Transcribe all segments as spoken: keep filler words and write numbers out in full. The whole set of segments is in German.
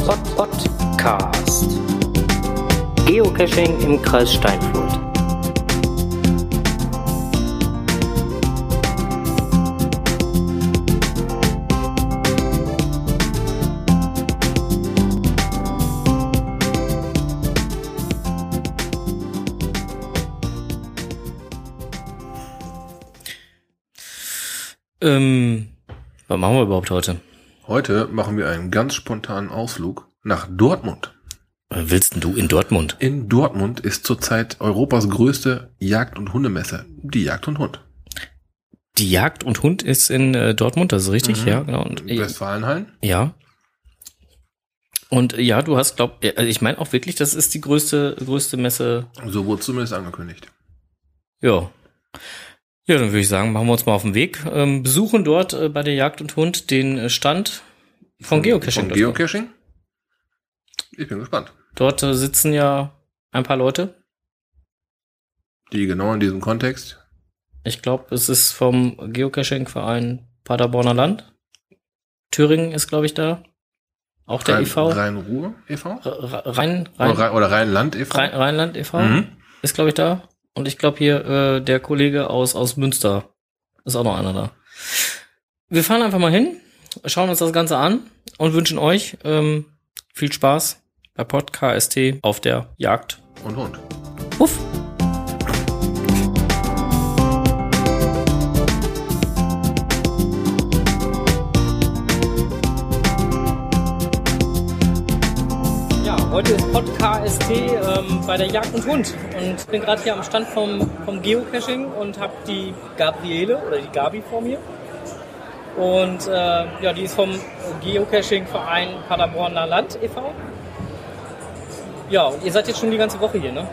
Podcast. Geocaching im Kreis Steinfurt. Ähm, was machen wir überhaupt heute? Heute machen wir einen ganz spontanen Ausflug nach Dortmund. Willst denn du in Dortmund? In Dortmund ist zurzeit Europas größte Jagd- und Hundemesse, die Jagd und Hund. Die Jagd und Hund ist in äh, Dortmund, das ist richtig, Mhm. ja, genau. Und, äh, Westfalenhallen? ja. Und äh, ja, du hast, glaub, also ich meine auch wirklich, das ist die größte, größte Messe. So wurde zumindest angekündigt. Ja. Ja, dann würde ich sagen, machen wir uns mal auf den Weg. Ähm, besuchen dort äh, bei der Jagd und Hund den äh, Stand von Geocaching. Von Geocaching? Ich bin gespannt. Dort äh, sitzen ja ein paar Leute. Die genau in diesem Kontext. Ich glaube, es ist vom Geocaching-Verein Paderborner Land. Thüringen ist, glaube ich, da. Auch der Rhein, e V. Rhein-Ruhr e V? Rhein, Rhein, Oder, Rhein, oder Rheinland e V? Rhein, Rheinland e V Mhm. ist, glaube ich, da. Und ich glaube hier äh, der Kollege aus, aus Münster ist auch noch einer da. Wir fahren einfach mal hin, schauen uns das Ganze an und wünschen euch ähm, viel Spaß bei Podcast auf der Jagd. Und Hund. Uff. Heute ist Podcast ähm, bei der Jagd und Hund und bin gerade hier am Stand vom, vom Geocaching und habe die Gabriele oder die Gabi vor mir. Und äh, ja, die ist vom Geocaching-Verein Paderborner Land e V. Ja, und ihr seid jetzt schon die ganze Woche hier, ne?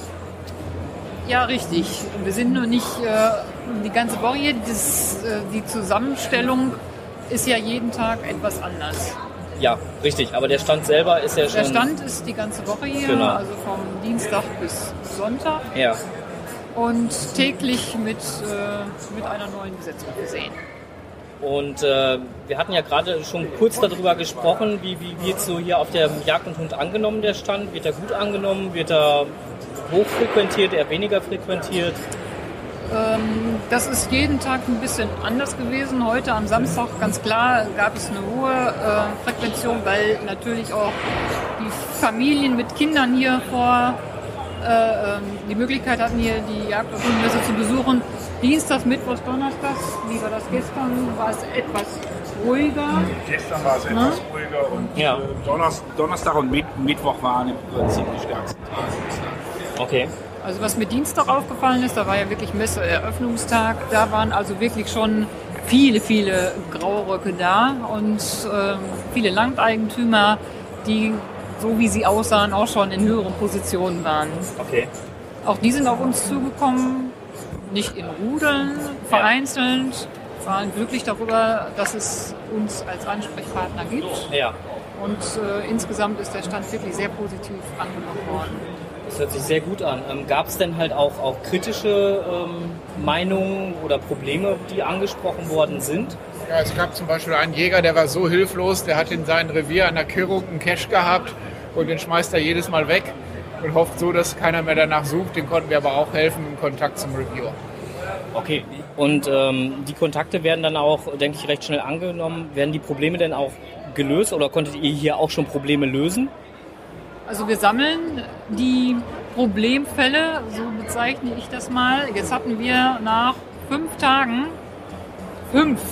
Ja, richtig. Wir sind nur nicht äh, die ganze Woche hier. Das, äh, die Zusammenstellung ist ja jeden Tag etwas anders. Ja, richtig. Aber der Stand selber ist ja schon... Der Stand ist die ganze Woche hier, genau. Also vom Dienstag bis Sonntag. Ja. Und täglich mit, äh, mit einer neuen Besetzung versehen. Und äh, wir hatten ja gerade schon kurz darüber gesprochen, wie, wie wird so hier auf der Jagd und Hund angenommen, der Stand? Wird er gut angenommen? Wird er hoch frequentiert, eher weniger frequentiert? Ähm, das ist jeden Tag ein bisschen anders gewesen. Heute am Samstag, ganz klar, gab es eine hohe äh, Frequentation, weil natürlich auch die Familien mit Kindern hier vor äh, ähm, die Möglichkeit hatten, hier die Jagd- und Hundemesse zu besuchen. Dienstags, Mittwochs, Donnerstags, wie war das gestern, war es etwas ruhiger. Gestern war es etwas Ne? ruhiger und Ja. äh, Donnerstag, Donnerstag und Mitt- Mittwoch waren im Prinzip die stärksten Tage. Okay. Also was mir Dienstag aufgefallen ist, da war ja wirklich Messeeröffnungstag, da waren also wirklich schon viele, viele Grauröcke da und ähm, viele Landeigentümer, die, so wie sie aussahen, auch schon in höheren Positionen waren. Okay. Auch die sind auf uns zugekommen, nicht in Rudeln, vereinzelt, waren glücklich darüber, dass es uns als Ansprechpartner gibt. Ja. Und äh, insgesamt ist der Stand wirklich sehr positiv angenommen worden. Das hört sich sehr gut an. Ähm, gab es denn halt auch, auch kritische ähm, Meinungen oder Probleme, die angesprochen worden sind? Ja, es gab zum Beispiel einen Jäger, der war so hilflos, der hat in seinem Revier an der Kirrung einen Cache gehabt und den schmeißt er jedes Mal weg und hofft so, dass keiner mehr danach sucht. Den konnten wir aber auch helfen im Kontakt zum Reviewer. Okay. Und ähm, die Kontakte werden dann auch, denke ich, recht schnell angenommen. Werden die Probleme denn auch gelöst oder konntet ihr hier auch schon Probleme lösen? Also wir sammeln die Problemfälle, so bezeichne ich das mal. Jetzt hatten wir nach fünf Tagen fünf,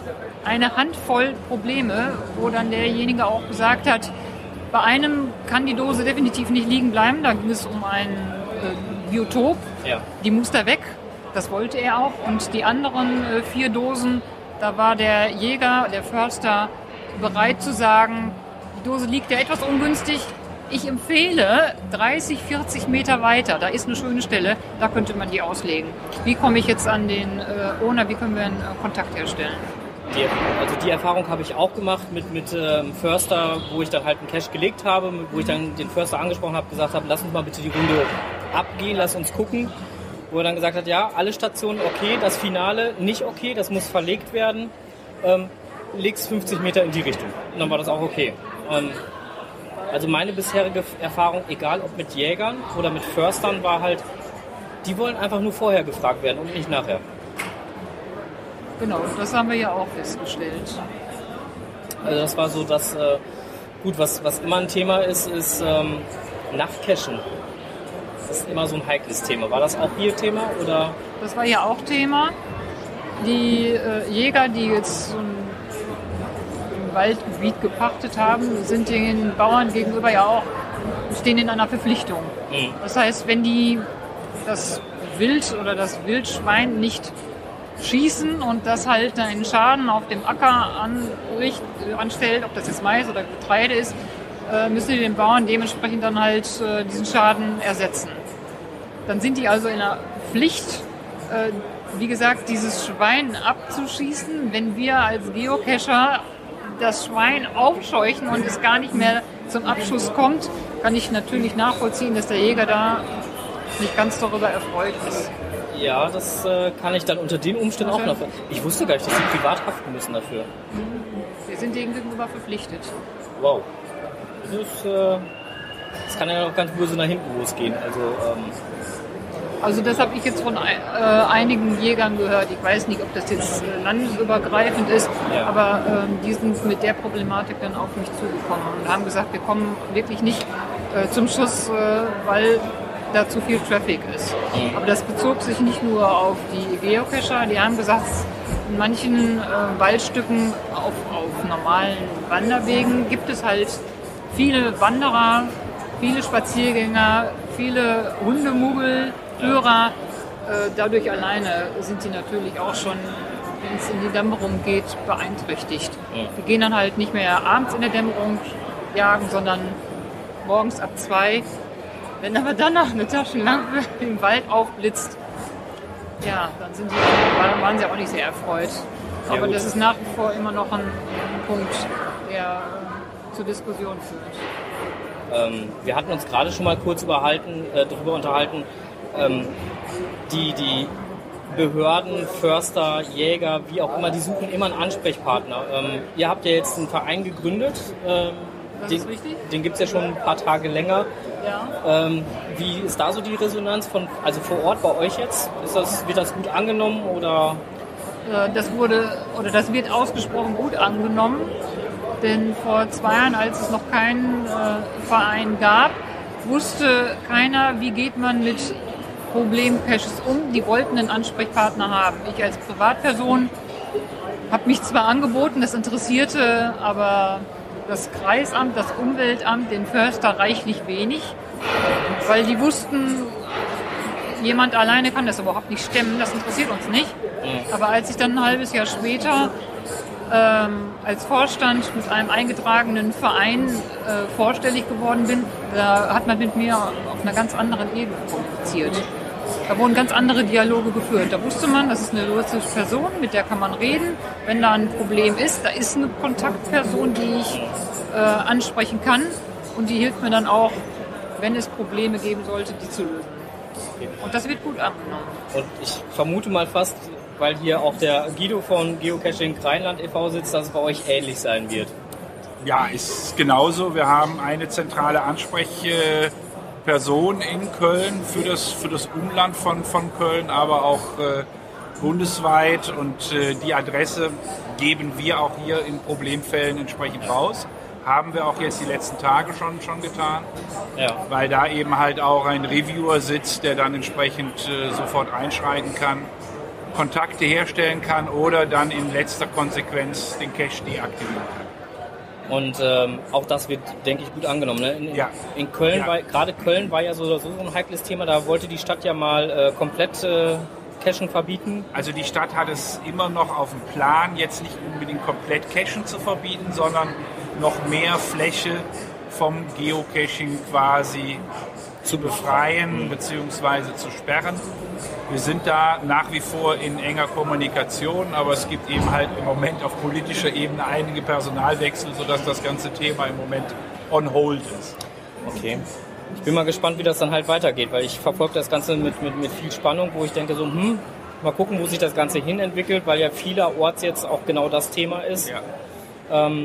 eine Handvoll Probleme, wo dann derjenige auch gesagt hat, bei einem kann die Dose definitiv nicht liegen bleiben, da ging es um ein äh, Biotop, Ja. die muss da weg, das wollte er auch. Und die anderen äh, vier Dosen, da war der Jäger, der Förster bereit zu sagen, die Dose liegt ja etwas ungünstig. Ich empfehle dreißig, vierzig Meter weiter, da ist eine schöne Stelle, da könnte man die auslegen. Wie komme ich jetzt an den äh, Owner, wie können wir einen äh, Kontakt herstellen? Die, also die Erfahrung habe ich auch gemacht mit, mit ähm, Förster, wo ich dann halt einen Cache gelegt habe, wo ich dann den Förster angesprochen habe, gesagt habe, lass uns mal bitte die Runde abgehen, lass uns gucken. Wo er dann gesagt hat, ja, alle Stationen okay, das Finale nicht okay, das muss verlegt werden. Ähm, legst fünfzig Meter in die Richtung. Und dann war das auch okay. Ähm, Also meine bisherige Erfahrung, egal ob mit Jägern oder mit Förstern, war halt, die wollen einfach nur vorher gefragt werden und nicht nachher. Genau, das haben wir ja auch festgestellt. Also das war so das, äh, gut, was, was immer ein Thema ist, ist ähm, Nachtcachen. Das ist immer so ein heikles Thema. War das auch hier Thema? Oder? Das war ja auch Thema. Die äh, Jäger, die jetzt so ein, ein Waldgebiet gepachtet haben, sind den Bauern gegenüber ja auch, stehen in einer Verpflichtung. Mhm. Das heißt, wenn die das Wild oder das Wildschwein nicht schießen und das halt einen Schaden auf dem Acker anricht, anstellt, ob das jetzt Mais oder Getreide ist, äh, müssen die den Bauern dementsprechend dann halt äh, diesen Schaden ersetzen. Dann sind die also in der Pflicht, äh, wie gesagt, dieses Schwein abzuschießen. Wenn wir als Geocacher das Schwein aufscheuchen und es gar nicht mehr zum Abschuss kommt, kann ich natürlich nachvollziehen, dass der Jäger da nicht ganz darüber erfreut ist. Ja, das äh, kann ich dann unter den Umständen auch noch. Ich wusste gar nicht, dass sie privat haften müssen dafür. Wir sind denen gegenüber verpflichtet. Wow. Das, ist, äh, das kann ja noch ganz böse nach hinten losgehen. Also, ähm also das habe ich jetzt von äh, einigen Jägern gehört. Ich weiß nicht, ob das jetzt äh, landesübergreifend ist, ja. aber äh, die sind mit der Problematik dann auf mich zugekommen und haben gesagt, wir kommen wirklich nicht äh, zum Schuss, äh, weil da zu viel Traffic ist. Mhm. Aber das bezog sich nicht nur auf die Geocacher, die haben gesagt, in manchen äh, Waldstücken auf, auf normalen Wanderwegen gibt es halt viele Wanderer, viele Spaziergänger, viele Hundemuggel, Führer. Äh, dadurch alleine sind die natürlich auch schon, wenn es in die Dämmerung geht, beeinträchtigt. Mhm. Die gehen dann halt nicht mehr abends in der Dämmerung jagen, sondern morgens ab zwei. Wenn aber dann noch eine Taschenlampe im Wald aufblitzt, ja, dann sind die, waren sie auch nicht sehr erfreut. Aber ja, das ist nach wie vor immer noch ein, ein Punkt, der äh, zur Diskussion führt. Ähm, wir hatten uns gerade schon mal kurz überhalten, äh, darüber unterhalten, ähm, die, die Behörden, Förster, Jäger, wie auch immer, die suchen immer einen Ansprechpartner. Ähm, ihr habt ja jetzt einen Verein gegründet. Ähm, Das den ist richtig. Den gibt es ja schon ein paar Tage länger. Ja. Ähm, wie ist da so die Resonanz von, also vor Ort bei euch jetzt? Ist das, wird das gut angenommen oder? Das wurde oder das wird ausgesprochen gut angenommen, denn vor zwei Jahren, als es noch keinen äh, Verein gab, wusste keiner, wie geht man mit Problemcaches um. Die wollten einen Ansprechpartner haben. Ich als Privatperson habe mich zwar angeboten, das interessierte, aber das Kreisamt, das Umweltamt, den Förster reichlich wenig, weil die wussten, jemand alleine kann das überhaupt nicht stemmen, das interessiert uns nicht. Aber als ich dann ein halbes Jahr später ähm, als Vorstand mit einem eingetragenen Verein äh, vorstellig geworden bin, da hat man mit mir auf einer ganz anderen Ebene kommuniziert. Da wurden ganz andere Dialoge geführt. Da wusste man, das ist eine juristische Person, mit der kann man reden. Wenn da ein Problem ist, da ist eine Kontaktperson, die ich äh, ansprechen kann. Und die hilft mir dann auch, wenn es Probleme geben sollte, die zu lösen. Und das wird gut angenommen. Und ich vermute mal fast, weil hier auch der Guido von Geocaching Rheinland e V sitzt, dass es bei euch ähnlich sein wird. Ja, ist genauso. Wir haben eine zentrale Ansprechperson in Köln für das, für das Umland von, von Köln, aber auch äh, bundesweit. Und äh, die Adresse geben wir auch hier in Problemfällen entsprechend raus. Haben wir auch jetzt die letzten Tage schon, schon getan, ja. Weil da eben halt auch ein Reviewer sitzt, der dann entsprechend äh, sofort einschreiten kann, Kontakte herstellen kann oder dann in letzter Konsequenz den Cache deaktivieren kann. Und ähm, auch das wird, denke ich, gut angenommen. Ne? In, ja. in Köln, ja. war, gerade Köln war ja so, so, so ein heikles Thema, da wollte die Stadt ja mal äh, komplett äh, Cachen verbieten. Also die Stadt hat es immer noch auf dem Plan, jetzt nicht unbedingt komplett Cachen zu verbieten, sondern noch mehr Fläche vom Geocaching quasi zu befreien bzw. zu sperren. Wir sind da nach wie vor in enger Kommunikation, aber es gibt eben halt im Moment auf politischer Ebene einige Personalwechsel, sodass das ganze Thema im Moment on hold ist. Okay. Ich bin mal gespannt, wie das dann halt weitergeht, weil ich verfolge das Ganze mit, mit, mit viel Spannung, wo ich denke so, hm, mal gucken, wo sich das Ganze hin entwickelt, weil ja vielerorts jetzt auch genau das Thema ist. Ja. Ähm,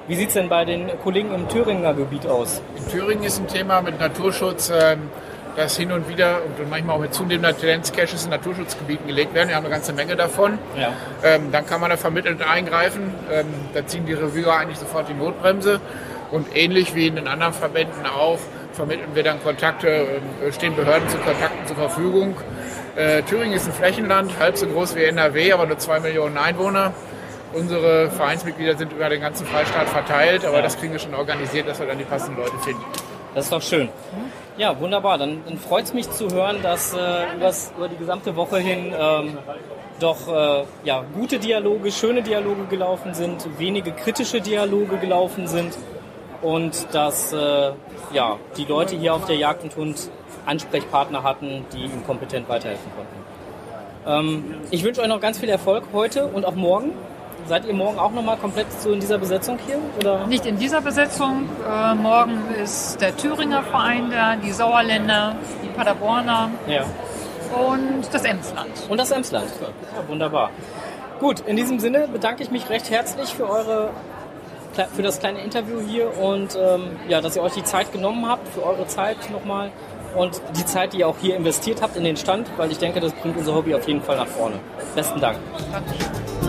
Wie sieht es denn bei den Kollegen im Thüringer Gebiet aus? In Thüringen ist ein Thema mit Naturschutz, ähm, dass hin und wieder und manchmal auch mit zunehmender Tendenz Caches in Naturschutzgebieten gelegt werden. Wir haben eine ganze Menge davon. Ja. Ähm, dann kann man da vermittelt eingreifen. Ähm, da ziehen die Reviere eigentlich sofort die Notbremse. Und ähnlich wie in den anderen Verbänden auch, vermitteln wir dann Kontakte, äh, stehen Behörden zu Kontakten zur Verfügung. Äh, Thüringen ist ein Flächenland, halb so groß wie N R W, aber nur zwei Millionen Einwohner. Unsere Vereinsmitglieder sind über den ganzen Freistaat verteilt, aber ja. das kriegen wir schon organisiert, dass wir dann die passenden Leute finden. Das ist doch schön. Ja, wunderbar. Dann, dann freut es mich zu hören, dass äh, übers, über die gesamte Woche hin ähm, doch äh, ja, gute Dialoge, schöne Dialoge gelaufen sind, wenige kritische Dialoge gelaufen sind und dass äh, ja, die Leute hier auf der Jagd und Hund Ansprechpartner hatten, die ihnen kompetent weiterhelfen konnten. Ähm, ich wünsche euch noch ganz viel Erfolg heute und auch morgen. Seid ihr morgen auch nochmal komplett so in dieser Besetzung hier? Oder? Nicht in dieser Besetzung. Äh, morgen ist der Thüringer Verein da, die Sauerländer, die Paderborner ja. und das Emsland. Und das Emsland. Ja, wunderbar. Gut, in diesem Sinne bedanke ich mich recht herzlich für eure für das kleine Interview hier und ähm, ja, dass ihr euch die Zeit genommen habt, für eure Zeit nochmal und die Zeit, die ihr auch hier investiert habt in den Stand, weil ich denke, das bringt unser Hobby auf jeden Fall nach vorne. Besten Dank. Dankeschön.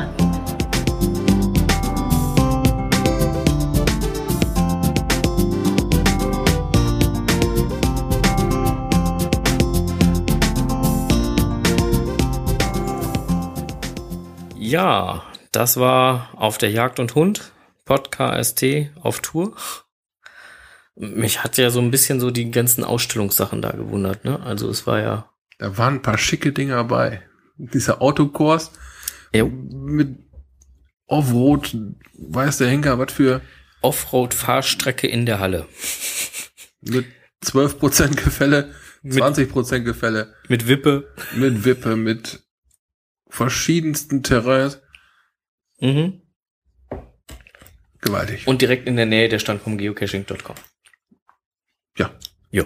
Ja, das war auf der Jagd und Hund, Pod K S T auf Tour. Mich hat ja so ein bisschen so die ganzen Ausstellungssachen da gewundert, ne? Also es war ja... Da waren ein paar schicke Dinge dabei. Dieser Autokurs ja. mit Offroad, weiß der Henker, was für... Offroad-Fahrstrecke in der Halle. Mit zwölf Prozent Gefälle, zwanzig Prozent Gefälle. Mit Wippe. Mit Wippe, mit verschiedensten Terrains. Mhm. Gewaltig. Und direkt in der Nähe der Stand vom geocaching Punkt com. Ja. Jo.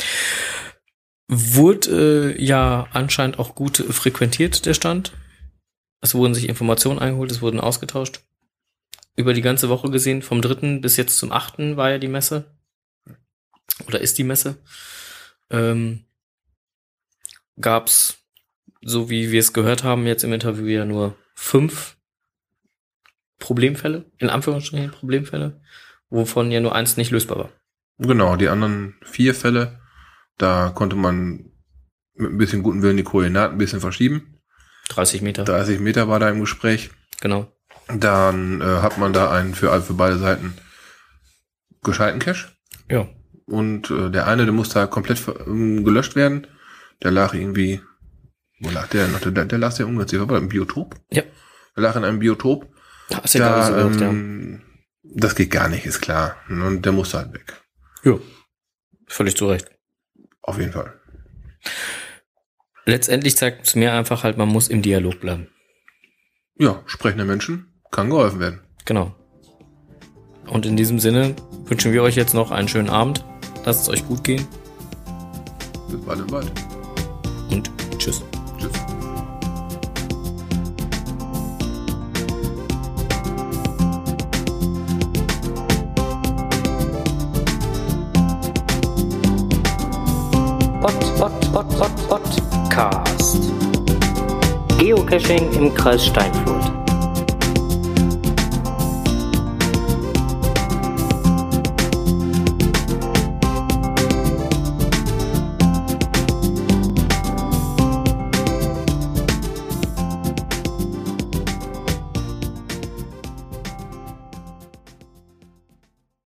Wurde äh, ja anscheinend auch gut frequentiert, der Stand. Es wurden sich Informationen eingeholt, es wurden ausgetauscht. Über die ganze Woche gesehen, vom dritten bis jetzt zum achten war ja die Messe. Oder ist die Messe. Ähm, gab's, so wie wir es gehört haben, jetzt im Interview ja nur fünf Problemfälle, in Anführungsstrichen Problemfälle, wovon ja nur eins nicht lösbar war. Genau, die anderen vier Fälle, da konnte man mit ein bisschen guten Willen die Koordinaten ein bisschen verschieben. dreißig Meter. dreißig Meter war da im Gespräch. Genau. Dann äh, hat man da einen für, für beide Seiten gescheiten Cache. Ja. Und äh, der eine, der musste halt komplett ähm, gelöscht werden. Der lag irgendwie, wo lag der noch? Der, der lag sehr ungünstig. War bei einem Biotop? Ja. Der lag in einem Biotop. Ja, ist ja da, da, so ähm, ja. Das geht gar nicht, ist klar. Und der musste halt weg. Ja. Völlig zu Recht. Auf jeden Fall. Letztendlich zeigt es mir einfach halt, man muss im Dialog bleiben. Ja, sprechende Menschen kann geholfen werden. Genau. Und in diesem Sinne wünschen wir euch jetzt noch einen schönen Abend. Lasst es euch gut gehen. Bis bald im Wald. Und tschüss. Tschüss. Pod, Pod, Pod, Pod, Podcast. Geocaching im Kreis Steinfurt.